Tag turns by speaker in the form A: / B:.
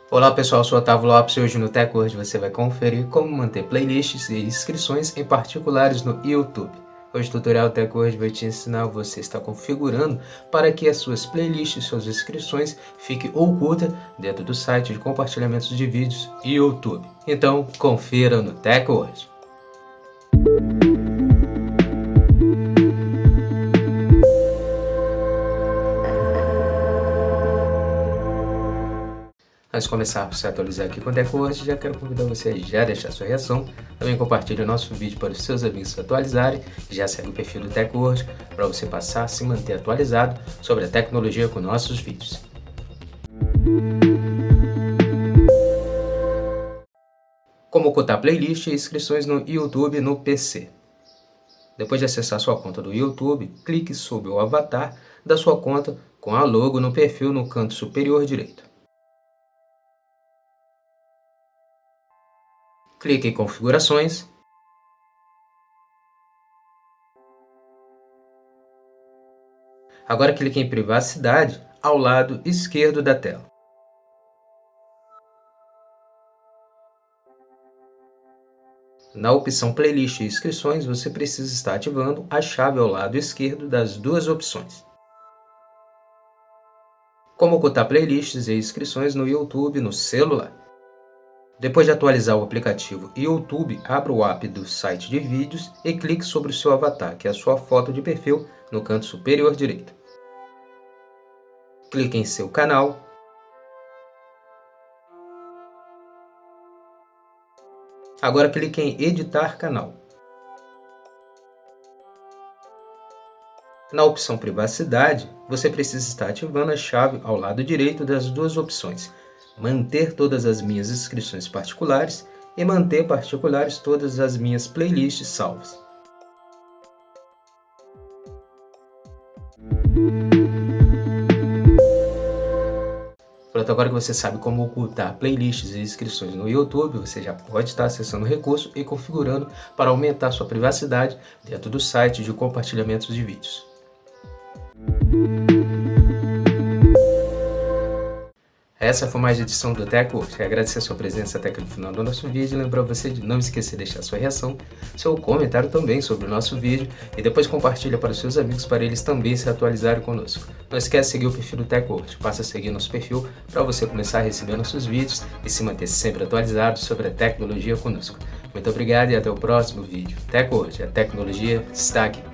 A: Olá pessoal, eu sou Otávio Lopes e hoje no TechWord você vai conferir como manter playlists e inscrições em particulares no YouTube. Hoje o tutorial TechWord vai te ensinar você estar configurando para que as suas playlists e suas inscrições fiquem ocultas dentro do site de compartilhamentos de vídeos e YouTube. Então confira no TechWord. Antes de começar a se atualizar aqui com o TechWord, já quero convidar você a já deixar sua reação, também compartilhe o nosso vídeo para os seus amigos se atualizarem, já segue o perfil do TechWord para você passar a se manter atualizado sobre a tecnologia com nossos vídeos. Como ocultar playlist e inscrições no YouTube no PC. Depois de acessar sua conta do YouTube, clique sobre o avatar da sua conta com a logo no perfil no canto superior direito. Clique em Configurações. Agora clique em Privacidade ao lado esquerdo da tela. Na opção Playlist e Inscrições, você precisa estar ativando a chave ao lado esquerdo das duas opções. Como ocultar playlists e inscrições no YouTube no celular. Depois de atualizar o aplicativo YouTube, abra o app do site de vídeos e clique sobre o seu avatar, que é a sua foto de perfil, no canto superior direito. Clique em seu canal. Agora clique em Editar canal. Na opção Privacidade, você precisa estar ativando a chave ao lado direito das duas opções. Manter todas as minhas inscrições particulares e manter particulares todas as minhas playlists salvas. Pronto, agora que você sabe como ocultar playlists e inscrições no YouTube, você já pode estar acessando o recurso e configurando para aumentar sua privacidade dentro do site de compartilhamentos de vídeos. Essa foi mais uma edição do TechWord. Quero agradecer a sua presença até aqui no final do nosso vídeo. Lembrar você de não esquecer de deixar sua reação, seu comentário também sobre o nosso vídeo e depois compartilha para os seus amigos para eles também se atualizarem conosco. Não esquece de seguir o perfil do TechWord. Passa a seguir nosso perfil para você começar a receber nossos vídeos e se manter sempre atualizado sobre a tecnologia conosco. Muito obrigado e até o próximo vídeo. TechWord, a tecnologia está aqui.